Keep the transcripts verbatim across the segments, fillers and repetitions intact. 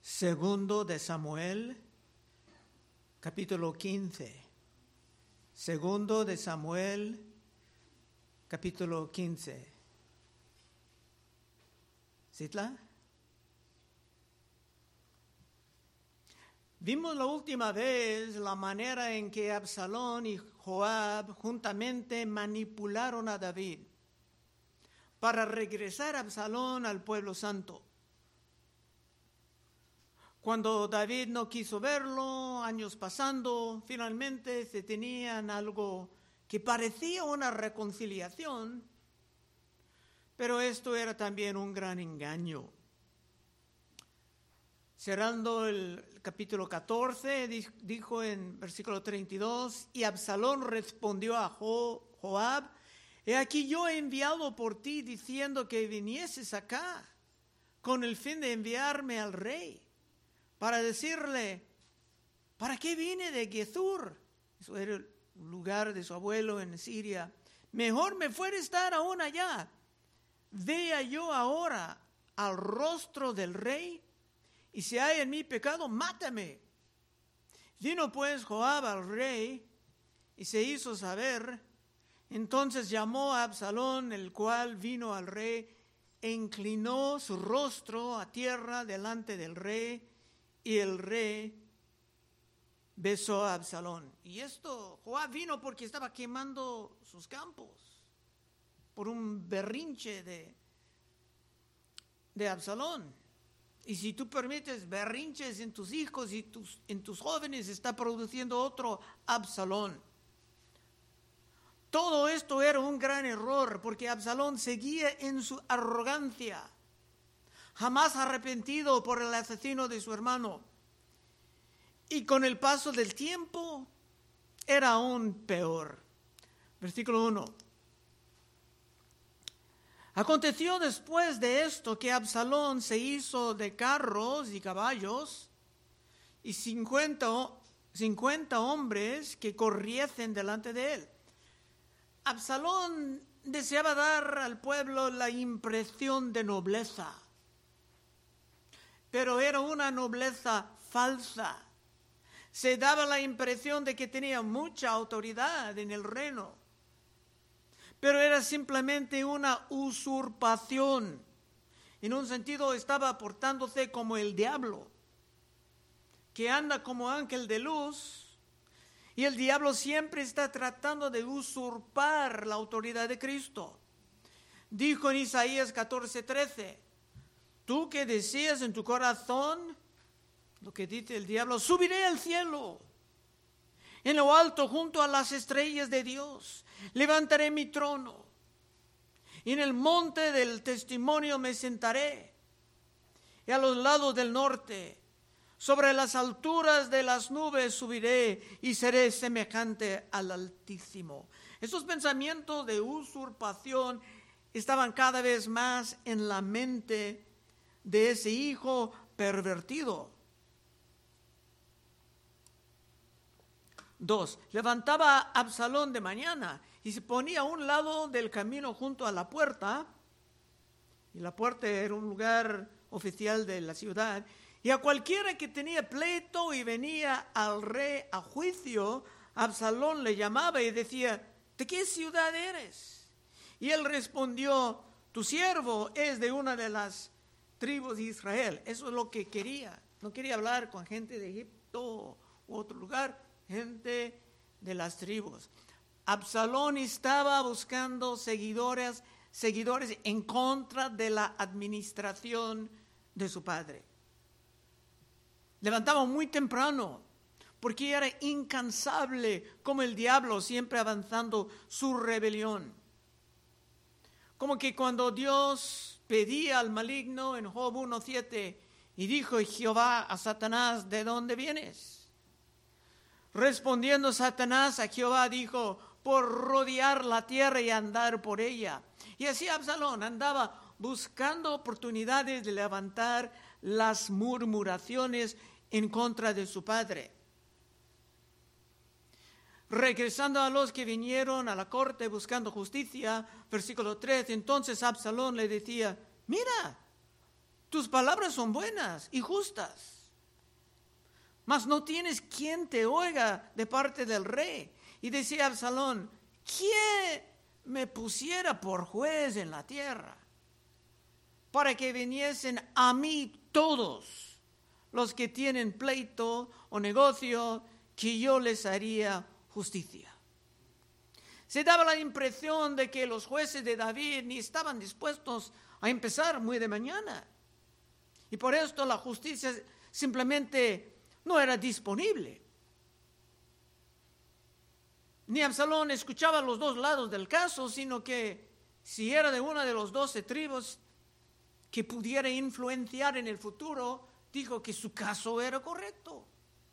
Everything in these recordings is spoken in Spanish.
Segundo de Samuel, capítulo quince. Segundo de Samuel, capítulo quince. ¿Citla? Vimos la última vez la manera en que Absalón y Joab juntamente manipularon a David para regresar a Absalón al pueblo santo. Cuando David no quiso verlo, años pasando, finalmente se tenían algo que parecía una reconciliación, pero esto era también un gran engaño. Cerrando el capítulo catorce, dijo en versículo treinta y dos, y Absalón respondió a Jo- Joab, he aquí yo he enviado por ti diciendo que vinieses acá con el fin de enviarme al rey, para decirle, ¿para qué vine de Gezur? Eso era el lugar de su abuelo en Siria. Mejor me fuera estar aún allá. Vea yo ahora al rostro del rey, y si hay en mí pecado, mátame. Vino pues Joab al rey, y se hizo saber. Entonces llamó a Absalón, el cual vino al rey, e inclinó su rostro a tierra delante del rey, y el rey besó a Absalón. Y esto, Joab vino porque estaba quemando sus campos por un berrinche de, de Absalón. Y si tú permites berrinches en tus hijos y tus, en tus jóvenes, está produciendo otro Absalón. Todo esto era un gran error porque Absalón seguía en su arrogancia, jamás arrepentido por el asesino de su hermano. Y con el paso del tiempo era aún peor. Versículo uno. Aconteció después de esto que Absalón se hizo de carros y caballos y cincuenta, cincuenta hombres que corriesen delante de él. Absalón deseaba dar al pueblo la impresión de nobleza, pero era una nobleza falsa. Se daba la impresión de que tenía mucha autoridad en el reino, pero era simplemente una usurpación. En un sentido estaba portándose como el diablo, que anda como ángel de luz, y el diablo siempre está tratando de usurpar la autoridad de Cristo. Dijo en Isaías catorce trece, tú que decías en tu corazón, lo que dice el diablo, subiré al cielo, en lo alto junto a las estrellas de Dios, levantaré mi trono, y en el monte del testimonio me sentaré, y a los lados del norte, sobre las alturas de las nubes subiré, y seré semejante al Altísimo. Esos pensamientos de usurpación estaban cada vez más en la mente de ese hijo pervertido. Dos, levantaba a Absalón de mañana y se ponía a un lado del camino junto a la puerta, y la puerta era un lugar oficial de la ciudad, y a cualquiera que tenía pleito y venía al rey a juicio, Absalón le llamaba y decía, ¿de qué ciudad eres? Y él respondió, tu siervo es de una de las tribus de Israel. Eso es lo que quería. No quería hablar con gente de Egipto u otro lugar, gente de las tribus. Absalón estaba buscando seguidores, seguidores en contra de la administración de su padre. Levantaba muy temprano porque era incansable como el diablo, siempre avanzando su rebelión. Como que cuando Dios pedía al maligno en Job uno siete y dijo Jehová a Satanás, ¿de dónde vienes? Respondiendo Satanás a Jehová dijo, por rodear la tierra y andar por ella. Y así Absalón andaba buscando oportunidades de levantar las murmuraciones en contra de su padre. Regresando a los que vinieron a la corte buscando justicia, versículo tres, entonces Absalón le decía, mira, tus palabras son buenas y justas, mas no tienes quien te oiga de parte del rey. Y decía Absalón, ¿quién me pusiera por juez en la tierra, para que viniesen a mí todos los que tienen pleito o negocio, que yo les haría justicia? Se daba la impresión de que los jueces de David ni estaban dispuestos a empezar muy de mañana. Y por esto la justicia simplemente no era disponible. Ni Absalón escuchaba los dos lados del caso, sino que si era de una de los doce tribus que pudiera influenciar en el futuro, dijo que su caso era correcto,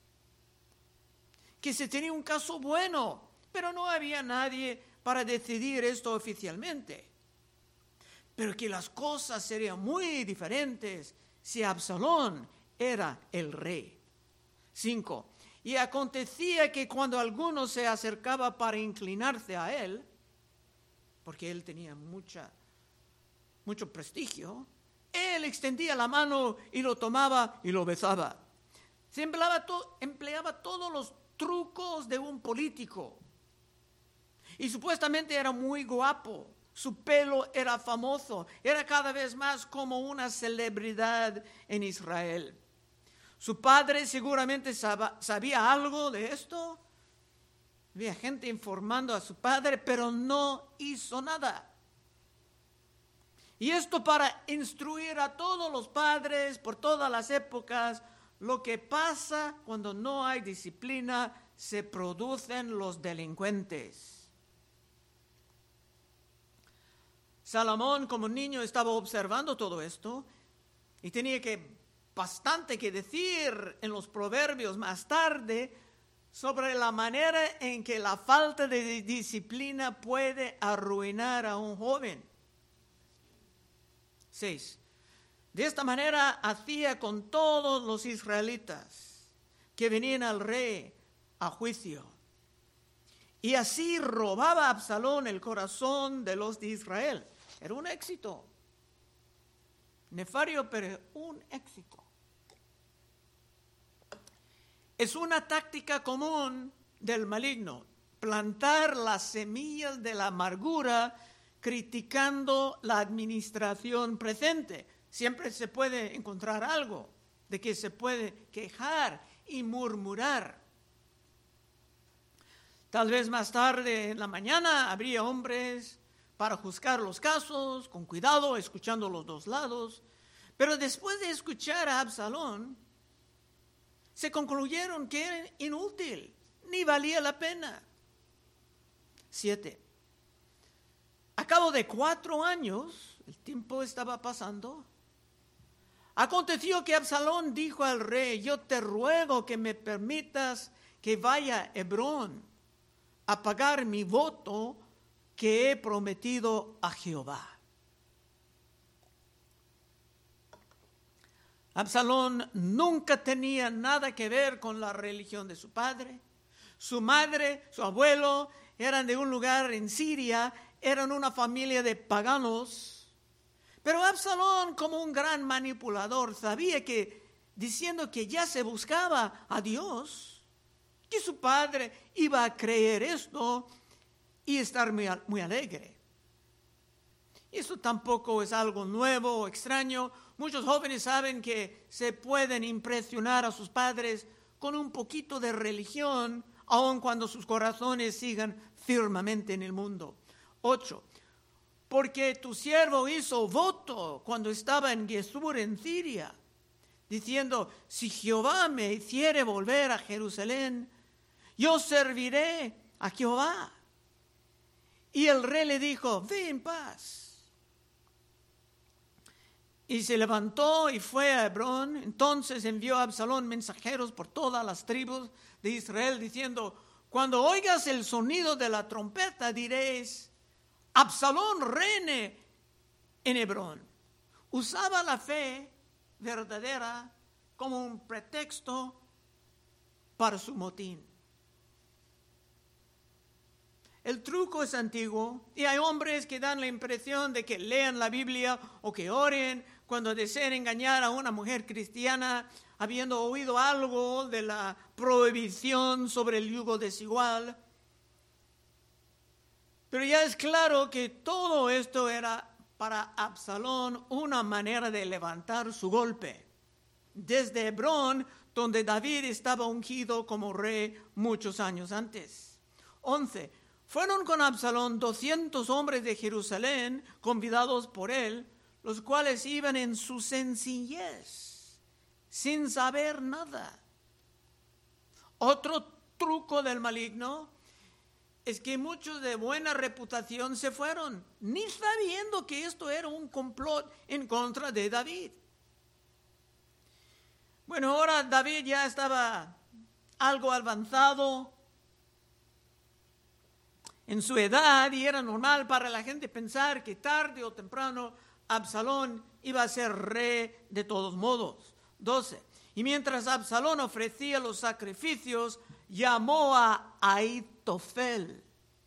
que se tenía un caso bueno, pero no había nadie para decidir esto oficialmente. Pero que las cosas serían muy diferentes si Absalón era el rey. Cinco. Y acontecía que cuando alguno se acercaba para inclinarse a él, porque él tenía mucha, mucho prestigio, él extendía la mano y lo tomaba y lo besaba. Se empleaba, to- empleaba todos los trucos de un político. Y supuestamente era muy guapo. Su pelo era famoso. Era cada vez más como una celebridad en Israel. Su padre seguramente sab- sabía algo de esto. Había gente informando a su padre, pero no hizo nada. Y esto para instruir a todos los padres por todas las épocas. Lo que pasa cuando no hay disciplina, se producen los delincuentes. Salomón como niño estaba observando todo esto y tenía que bastante que decir en los proverbios más tarde sobre la manera en que la falta de disciplina puede arruinar a un joven. Seis. De esta manera hacía con todos los israelitas que venían al rey a juicio. Y así robaba a Absalón el corazón de los de Israel. Era un éxito. Nefario, pero un éxito. Es una táctica común del maligno, plantar las semillas de la amargura criticando la administración presente. Siempre se puede encontrar algo de que se puede quejar y murmurar. Tal vez más tarde en la mañana habría hombres para juzgar los casos, con cuidado, escuchando los dos lados. Pero después de escuchar a Absalón, se concluyeron que era inútil, ni valía la pena. Siete. A cabo de cuatro años, el tiempo estaba pasando, aconteció que Absalón dijo al rey, yo te ruego que me permitas que vaya a Hebrón a pagar mi voto que he prometido a Jehová. Absalón nunca tenía nada que ver con la religión de su padre. Su madre, su abuelo eran de un lugar en Siria, eran una familia de paganos. Pero Absalón, como un gran manipulador, sabía que diciendo que ya se buscaba a Dios, que su padre iba a creer esto y estar muy, muy alegre. Y eso tampoco es algo nuevo o extraño. Muchos jóvenes saben que se pueden impresionar a sus padres con un poquito de religión, aun cuando sus corazones sigan firmemente en el mundo. Ocho. Porque tu siervo hizo voto cuando estaba en Gesur en Siria, diciendo, si Jehová me hiciere volver a Jerusalén, yo serviré a Jehová. Y el rey le dijo, ve en paz. Y se levantó y fue a Hebrón. Entonces envió a Absalón mensajeros por todas las tribus de Israel, diciendo, cuando oigas el sonido de la trompeta, diréis, Absalón reine en Hebrón. Usaba la fe verdadera como un pretexto para su motín. El truco es antiguo y hay hombres que dan la impresión de que lean la Biblia o que oren cuando desean engañar a una mujer cristiana, habiendo oído algo de la prohibición sobre el yugo desigual. Pero ya es claro que todo esto era para Absalón una manera de levantar su golpe. Desde Hebrón, donde David estaba ungido como rey muchos años antes. once. Fueron con Absalón doscientos hombres de Jerusalén, convidados por él, los cuales iban en su sencillez, sin saber nada. Otro truco del maligno es que muchos de buena reputación se fueron, ni sabiendo que esto era un complot en contra de David. Bueno, ahora David ya estaba algo avanzado en su edad y era normal para la gente pensar que tarde o temprano Absalón iba a ser rey de todos modos. doce. Y mientras Absalón ofrecía los sacrificios, llamó a Ahitofel,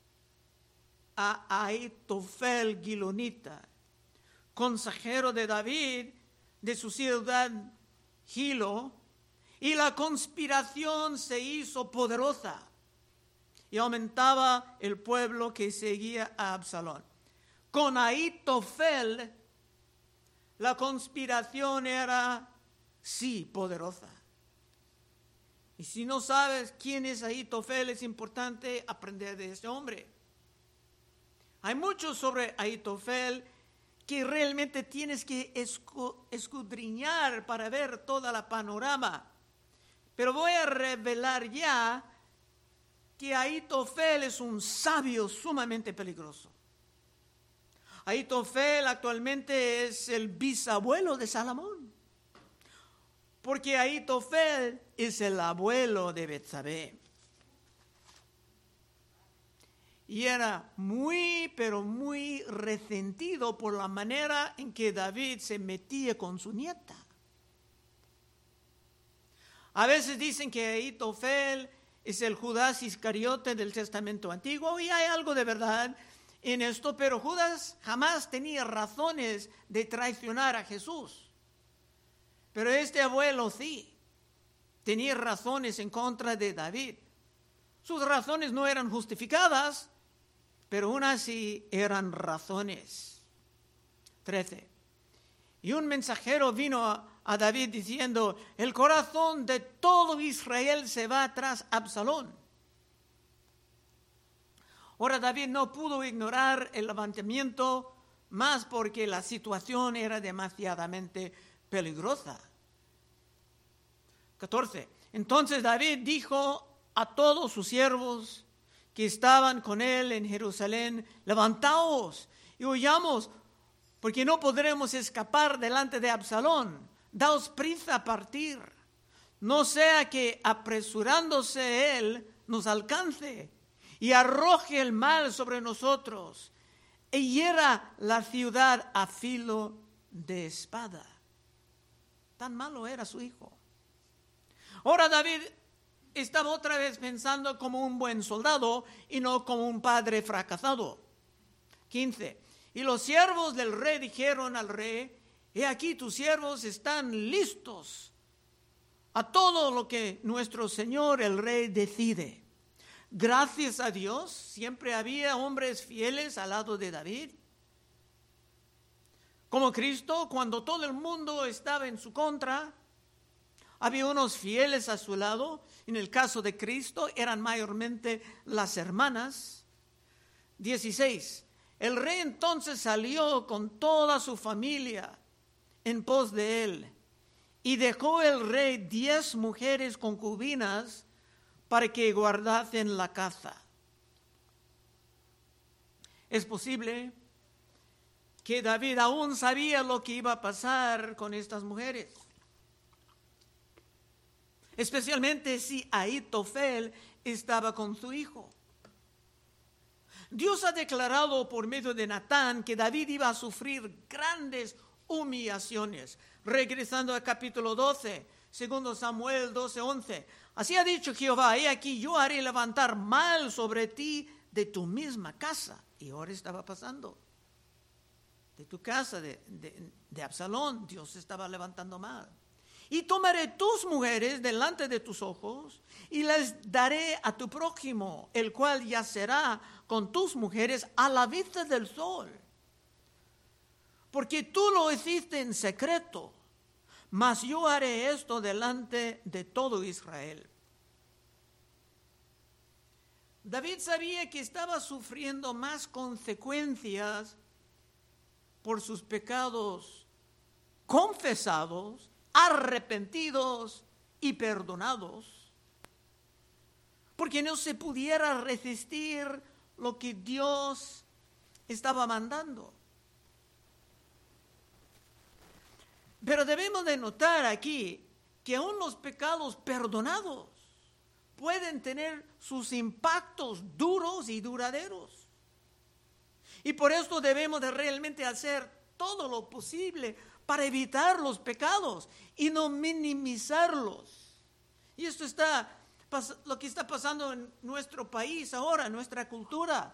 a Ahitofel Gilonita, consejero de David de su ciudad Gilo, y la conspiración se hizo poderosa y aumentaba el pueblo que seguía a Absalón. Con Ahitofel, la conspiración era, sí, poderosa. Y si no sabes quién es Ahitofel, es importante aprender de este hombre. Hay mucho sobre Ahitofel que realmente tienes que escudriñar para ver toda la panorama. Pero voy a revelar ya que Ahitofel es un sabio sumamente peligroso. Ahitofel actualmente es el bisabuelo de Salomón, porque Ahitofel es el abuelo de Betsabé. Y era muy, pero muy resentido por la manera en que David se metía con su nieta. A veces dicen que Ahitofel es el Judas Iscariote del Testamento Antiguo, y hay algo de verdad en esto, pero Judas jamás tenía razones de traicionar a Jesús. Pero este abuelo sí, tenía razones en contra de David. Sus razones no eran justificadas, pero aún así eran razones. trece. Y un mensajero vino a, a David diciendo: el corazón de todo Israel se va tras Absalón. Ahora David no pudo ignorar el levantamiento, más porque la situación era demasiadamente peligrosa. catorce. Entonces David dijo a todos sus siervos que estaban con él en Jerusalén: levantaos y huyamos, porque no podremos escapar delante de Absalón. Daos prisa a partir, no sea que apresurándose él nos alcance y arroje el mal sobre nosotros y hiera la ciudad a filo de espada. Tan malo era su hijo. Ahora David estaba otra vez pensando como un buen soldado y no como un padre fracasado. quince. Y los siervos del rey dijeron al rey: he aquí tus siervos están listos a todo lo que nuestro señor el rey decide. Gracias a Dios, siempre había hombres fieles al lado de David. Como Cristo, cuando todo el mundo estaba en su contra, había unos fieles a su lado. En el caso de Cristo eran mayormente las hermanas. dieciséis. El rey entonces salió con toda su familia en pos de él, y dejó el rey diez mujeres concubinas para que guardasen la casa. Es posible que David aún sabía lo que iba a pasar con estas mujeres, especialmente si Ahitofel estaba con su hijo. Dios ha declarado por medio de Natán que David iba a sufrir grandes humillaciones. Regresando al capítulo doce, segundo Samuel doce, once. Así ha dicho Jehová: he aquí yo haré levantar mal sobre ti de tu misma casa. Y ahora estaba pasando. de tu casa, de, de, de Absalón. Dios se estaba levantando mal. Y tomaré tus mujeres delante de tus ojos y las daré a tu prójimo, el cual yacerá con tus mujeres a la vista del sol. Porque tú lo hiciste en secreto, mas yo haré esto delante de todo Israel. David sabía que estaba sufriendo más consecuencias por sus pecados confesados, arrepentidos y perdonados, porque no se pudiera resistir lo que Dios estaba mandando. Pero debemos de notar aquí que aún los pecados perdonados pueden tener sus impactos duros y duraderos. Y por esto debemos de realmente hacer todo lo posible para evitar los pecados y no minimizarlos. Y esto está lo que está pasando en nuestro país ahora, en nuestra cultura.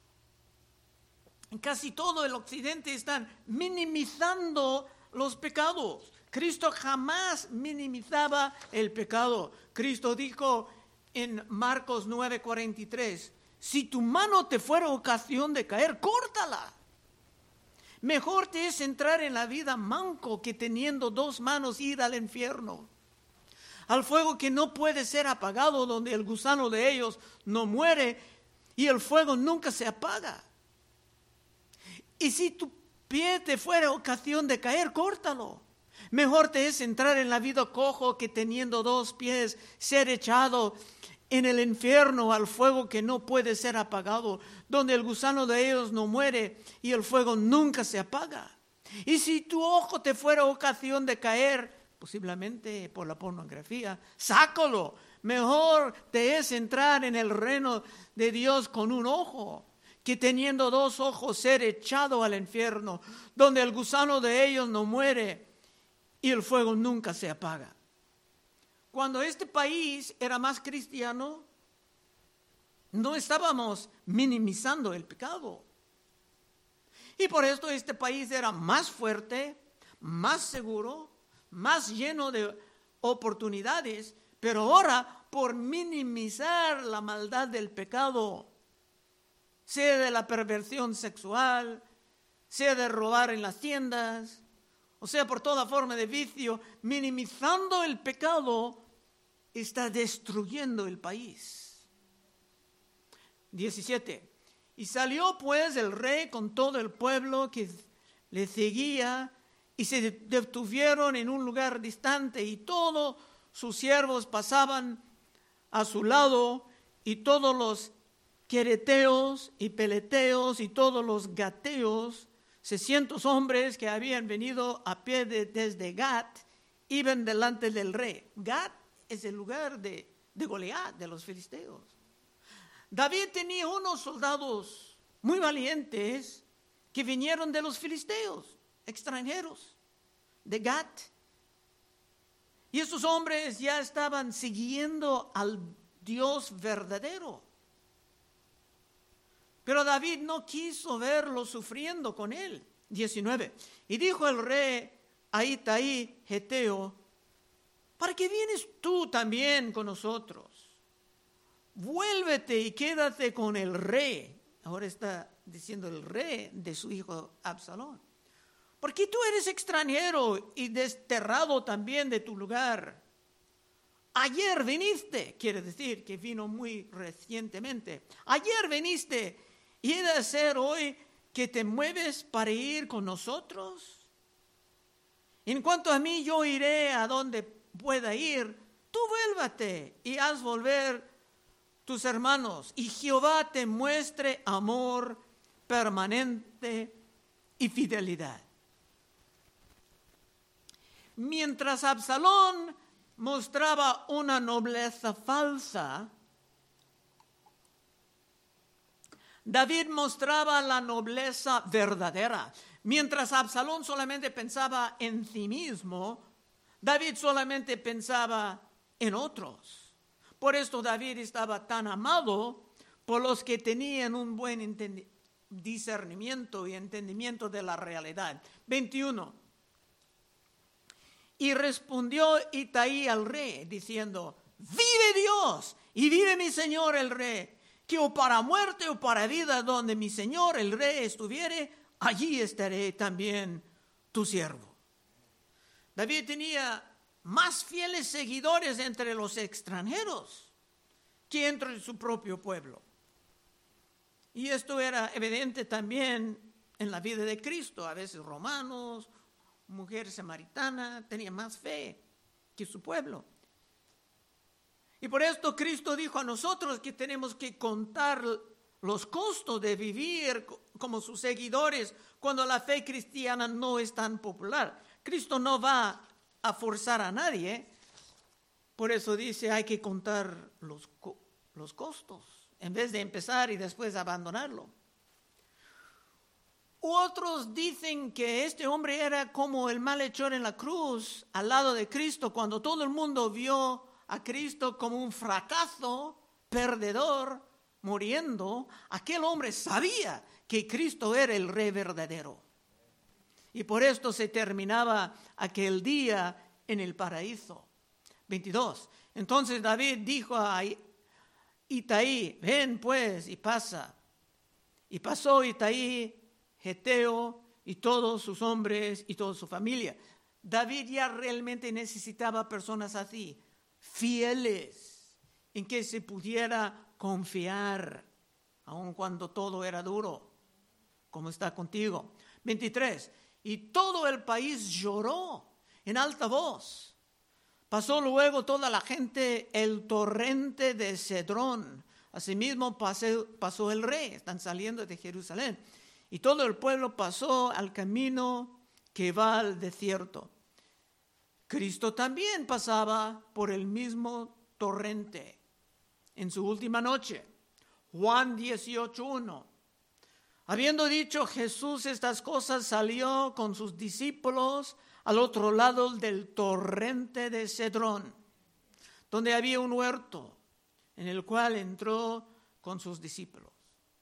En casi todo el occidente están minimizando los pecados. Cristo jamás minimizaba el pecado. Cristo dijo en Marcos nueve cuarenta y tres, si tu mano te fuera ocasión de caer, córtala. Mejor te es entrar en la vida manco que teniendo dos manos ir al infierno, al fuego que no puede ser apagado, donde el gusano de ellos no muere y el fuego nunca se apaga. Y si tu pie te fuera ocasión de caer, córtalo. Mejor te es entrar en la vida cojo que teniendo dos pies ser echado en el infierno, al fuego que no puede ser apagado, donde el gusano de ellos no muere y el fuego nunca se apaga. Y si tu ojo te fuera ocasión de caer, posiblemente por la pornografía, sácalo. Mejor te es entrar en el reino de Dios con un ojo, que teniendo dos ojos ser echado al infierno, donde el gusano de ellos no muere y el fuego nunca se apaga. Cuando este país era más cristiano, no estábamos minimizando el pecado. Y por esto este país era más fuerte, más seguro, más lleno de oportunidades. Pero ahora, por minimizar la maldad del pecado, sea de la perversión sexual, sea de robar en las tiendas, o sea, por toda forma de vicio, minimizando el pecado, está destruyendo el país. diecisiete. Y salió pues el rey con todo el pueblo que le seguía, y se detuvieron en un lugar distante, y todos sus siervos pasaban a su lado, y todos los quereteos y peleteos y todos los gateos, seiscientos hombres que habían venido a pie de, desde Gat, iban delante del rey. Gat es el lugar de, de Goliat, de los filisteos. David tenía unos soldados muy valientes que vinieron de los filisteos, extranjeros, de Gat. Y esos hombres ya estaban siguiendo al Dios verdadero. Pero David no quiso verlo sufriendo con él. diecinueve. Y dijo el rey a Itai, Geteo, ¿para qué vienes tú también con nosotros? Vuélvete y quédate con el rey. Ahora está diciendo el rey de su hijo Absalón. Porque tú eres extranjero y desterrado también de tu lugar. Ayer viniste, quiere decir que vino muy recientemente. Ayer viniste. ¿Y he de ser hoy que te mueves para ir con nosotros? En cuanto a mí, yo iré a donde pueda ir. Tú vuélvate y haz volver tus hermanos. Y Jehová te muestre amor permanente y fidelidad. Mientras Absalón mostraba una nobleza falsa, David mostraba la nobleza verdadera. Mientras Absalón solamente pensaba en sí mismo, David solamente pensaba en otros. Por esto David estaba tan amado por los que tenían un buen discernimiento y entendimiento de la realidad. veintiuno. Y respondió Itaí al rey, diciendo: vive Dios y vive mi señor el rey, que o para muerte o para vida, donde mi señor el rey estuviere, allí estaré también tu siervo. David tenía más fieles seguidores entre los extranjeros que entre su propio pueblo. Y esto era evidente también en la vida de Cristo. A veces romanos, mujer samaritana, tenía más fe que su pueblo. Y por esto Cristo dijo a nosotros que tenemos que contar los costos de vivir como sus seguidores cuando la fe cristiana no es tan popular. Cristo no va a forzar a nadie. Por eso dice, hay que contar los, los costos en vez de empezar y después abandonarlo. Otros dicen que este hombre era como el malhechor en la cruz al lado de Cristo, cuando todo el mundo vio a Cristo como un fracaso, perdedor, muriendo. Aquel hombre sabía que Cristo era el Rey verdadero. Y por esto se terminaba aquel día en el paraíso. veintidós. Entonces David dijo a Itaí: ven pues y pasa. Y pasó Itaí, Geteo, y todos sus hombres y toda su familia. David ya realmente necesitaba personas así, fieles, en que se pudiera confiar, aun cuando todo era duro, como está contigo. veintitrés. Y todo el país lloró en alta voz. Pasó luego toda la gente el torrente de Cedrón. Asimismo pasó, pasó el rey. Están saliendo de Jerusalén. Y todo el pueblo pasó al camino que va al desierto. Cristo también pasaba por el mismo torrente en su última noche. Juan dieciocho uno. Habiendo dicho Jesús estas cosas, salió con sus discípulos al otro lado del torrente de Cedrón, donde había un huerto, en el cual entró con sus discípulos.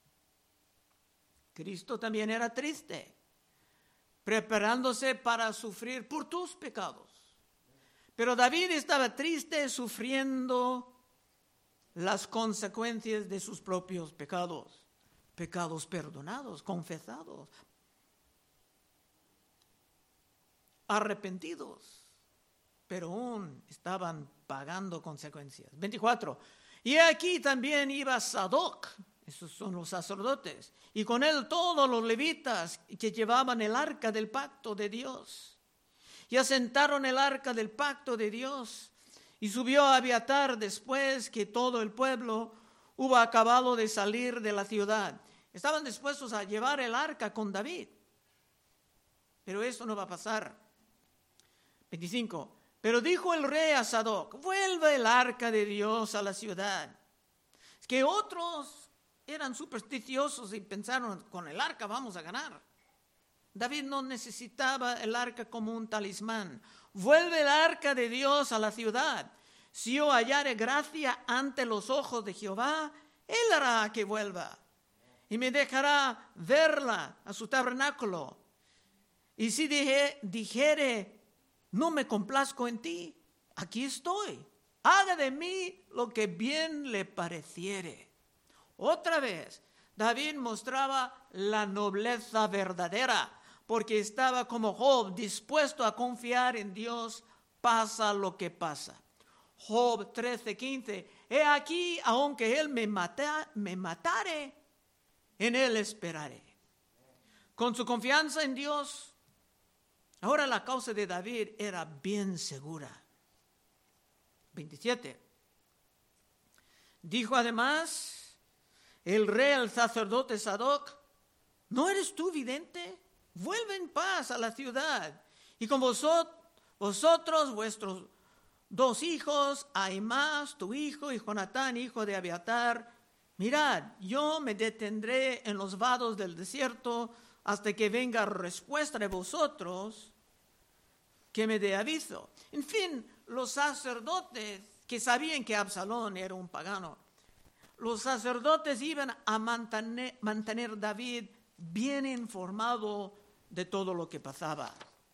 Cristo también era triste, preparándose para sufrir por tus pecados. Pero David estaba triste, sufriendo las consecuencias de sus propios pecados. Pecados perdonados, confesados, arrepentidos, pero aún estaban pagando consecuencias. veinticuatro. Y aquí también iba Sadoc, esos son los sacerdotes, y con él todos los levitas que llevaban el arca del pacto de Dios. Y asentaron el arca del pacto de Dios, y subió a Abiatar después que todo el pueblo hubo acabado de salir de la ciudad. Estaban dispuestos a llevar el arca con David, pero eso no va a pasar. veinticinco. Pero dijo el rey a Sadoc: vuelva el arca de Dios a la ciudad. Es que otros eran supersticiosos y pensaron: con el arca vamos a ganar. David no necesitaba el arca como un talismán. Vuelve el arca de Dios a la ciudad. Si yo hallare gracia ante los ojos de Jehová, él hará que vuelva y me dejará verla a su tabernáculo. Y si dije, dijere, no me complazco en ti, aquí estoy. Haga de mí lo que bien le pareciere. Otra vez, David mostraba la nobleza verdadera, porque estaba como Job, dispuesto a confiar en Dios, pasa lo que pasa. Job trece quince. He aquí, aunque él me, mata, me matare, en él esperaré. Con su confianza en Dios, ahora la causa de David era bien segura. veintisiete. Dijo además el rey al sacerdote Sadoc: ¿no eres tú vidente? Vuelve en paz a la ciudad, y con vosotros, vosotros vuestros dos hijos, Ahimaas, tu hijo, y Jonatán, hijo de Abiatar. Mirad, yo me detendré en los vados del desierto hasta que venga respuesta de vosotros, que me dé aviso. En fin, los sacerdotes que sabían que Absalón era un pagano, los sacerdotes iban a mantener, mantener David bien informado de todo lo que pasaba.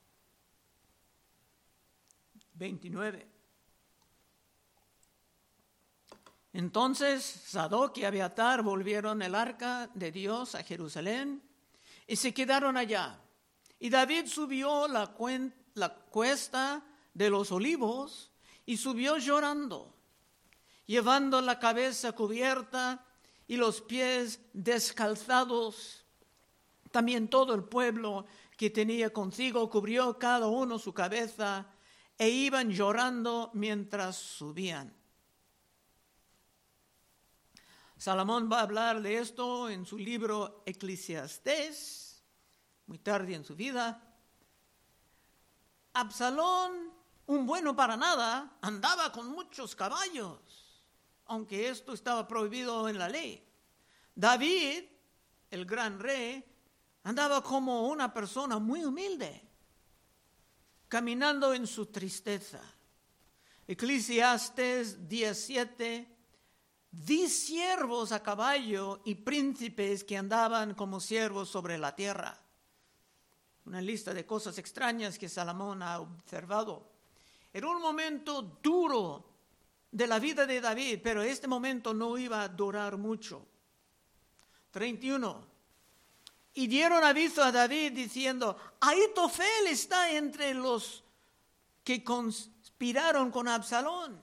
veintinueve. Entonces Sadoc y Abiatar volvieron el arca de Dios a Jerusalén y se quedaron allá. Y David subió la, cuen- la cuesta de los olivos y subió llorando, llevando la cabeza cubierta y los pies descalzados. También todo el pueblo que tenía consigo cubrió cada uno su cabeza e iban llorando mientras subían. Salomón va a hablar de esto en su libro Eclesiastés, muy tarde en su vida. Absalón, un bueno para nada, andaba con muchos caballos, aunque esto estaba prohibido en la ley. David, el gran rey, andaba como una persona muy humilde, caminando en su tristeza. Eclesiastés diecisiete. Vi siervos a caballo y príncipes que andaban como siervos sobre la tierra. Una lista de cosas extrañas que Salomón ha observado. Era un momento duro de la vida de David, pero este momento no iba a durar mucho. treinta y uno. Y dieron aviso a David diciendo: Ahitofel está entre los que conspiraron con Absalón.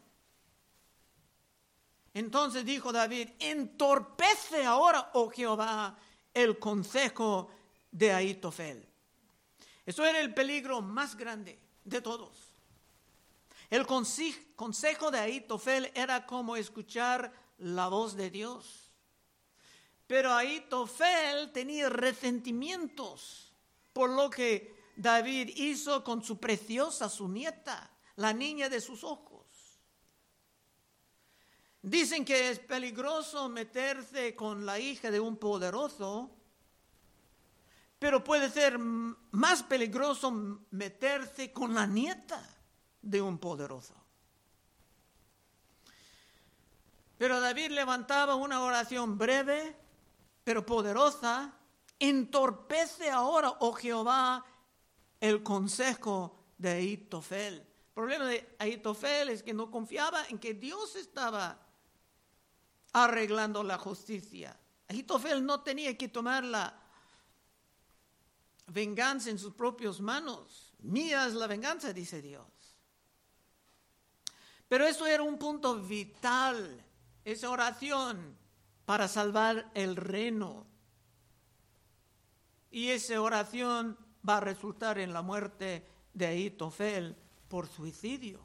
Entonces dijo David: entorpece ahora, oh Jehová, el consejo de Ahitofel. Eso era el peligro más grande de todos. El conse- consejo de Ahitofel era como escuchar la voz de Dios. Pero Ahitofel tenía resentimientos por lo que David hizo con su preciosa, su nieta, la niña de sus ojos. Dicen que es peligroso meterse con la hija de un poderoso, pero puede ser más peligroso meterse con la nieta de un poderoso. Pero David levantaba una oración breve, pero poderosa: entorpece ahora, oh Jehová, el consejo de Ahitofel. El problema de Ahitofel es que no confiaba en que Dios estaba arreglando la justicia. Ahitofel no tenía que tomar la venganza en sus propias manos. Mía es la venganza, dice Dios. Pero eso era un punto vital, esa oración para salvar el reino. Y esa oración va a resultar en la muerte de Ahitofel por suicidio.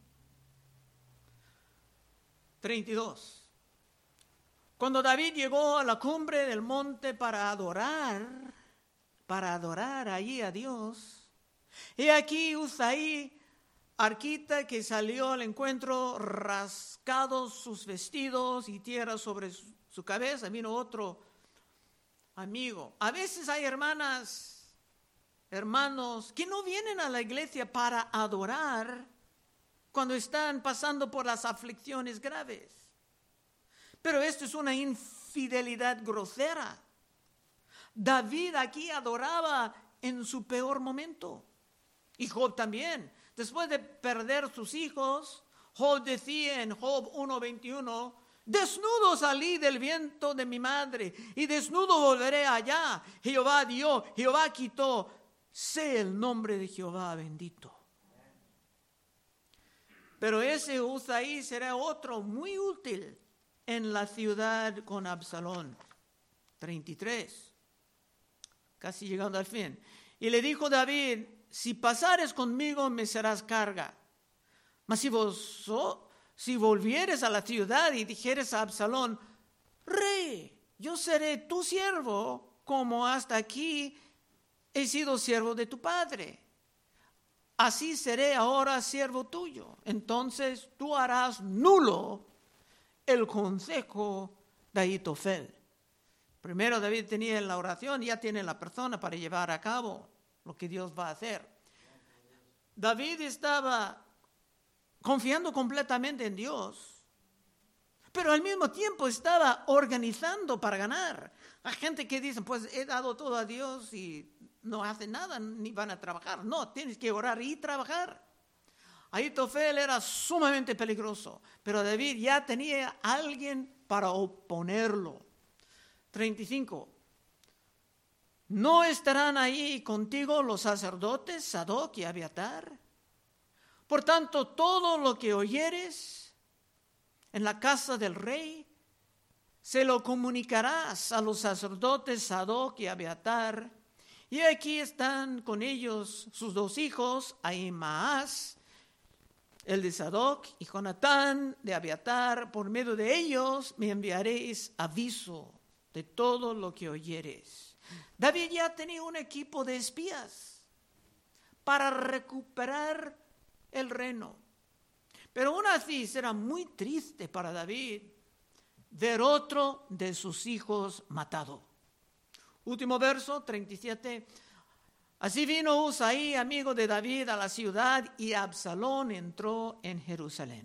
treinta y dos. Cuando David llegó a la cumbre del monte para adorar, para adorar allí a Dios, he aquí Usaí, arquita, que salió al encuentro, rascados sus vestidos y tierra sobre su, su cabeza. Vino otro amigo. A veces hay hermanas, hermanos, que no vienen a la iglesia para adorar cuando están pasando por las aflicciones graves. Pero esto es una infidelidad grosera. David aquí adoraba en su peor momento. Y Job también. Después de perder sus hijos, Job decía en Job uno veintiuno: desnudo salí del vientre de mi madre, y desnudo volveré allá. Jehová dio, Jehová quitó. Sé el nombre de Jehová bendito. Pero ese Usaí será otro muy útil en la ciudad con Absalón. treinta y tres. Casi llegando al fin. Y le dijo David: si pasares conmigo, me serás carga. Mas si vos, oh, si volvieres a la ciudad y dijeres a Absalón: rey, yo seré tu siervo, como hasta aquí he sido siervo de tu padre, así seré ahora siervo tuyo. Entonces tú harás nulo el consejo de Ahitofel. Primero David tenía la oración, ya tiene la persona para llevar a cabo lo que Dios va a hacer. David estaba confiando completamente en Dios, pero al mismo tiempo estaba organizando para ganar. Hay gente que dice, pues he dado todo a Dios y no hacen nada, ni van a trabajar. No, tienes que orar y trabajar. Ahitofel era sumamente peligroso, pero David ya tenía a alguien para oponerlo. treinta y cinco. ¿No estarán ahí contigo los sacerdotes Sadoc y Abiatar? Por tanto, todo lo que oyeres en la casa del rey, se lo comunicarás a los sacerdotes Sadoc y Abiatar. Y aquí están con ellos sus dos hijos, Ahimaaz, el de Sadoc, y Jonatán de Abiatar. Por medio de ellos me enviaréis aviso de todo lo que oyeres. David ya tenía un equipo de espías para recuperar el reino. Pero aún así será muy triste para David ver otro de sus hijos matado. Último verso, treinta y siete. Así vino Usaí, amigo de David, a la ciudad, y Absalón entró en Jerusalén.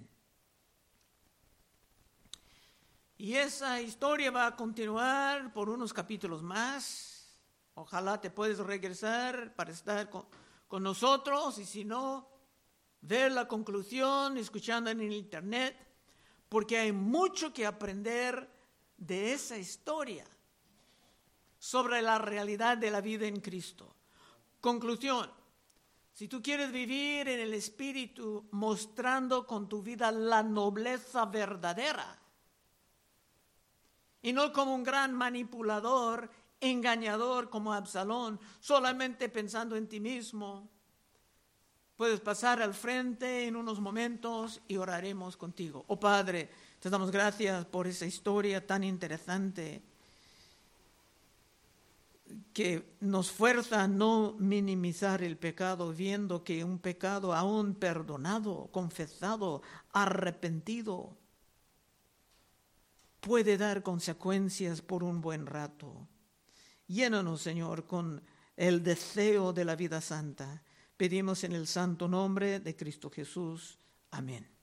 Y esa historia va a continuar por unos capítulos más. Ojalá te puedas regresar para estar con, con nosotros, y si no, ver la conclusión escuchando en el internet, porque hay mucho que aprender de esa historia sobre la realidad de la vida en Cristo. Conclusión: si tú quieres vivir en el Espíritu mostrando con tu vida la nobleza verdadera y no como un gran manipulador, engañador como Absalón, solamente pensando en ti mismo, puedes pasar al frente en unos momentos y oraremos contigo. Oh Padre, te damos gracias por esa historia tan interesante que nos fuerza a no minimizar el pecado, viendo que un pecado aún perdonado, confesado, arrepentido, puede dar consecuencias por un buen rato. Llénanos, Señor, con el deseo de la vida santa. Pedimos en el santo nombre de Cristo Jesús. Amén.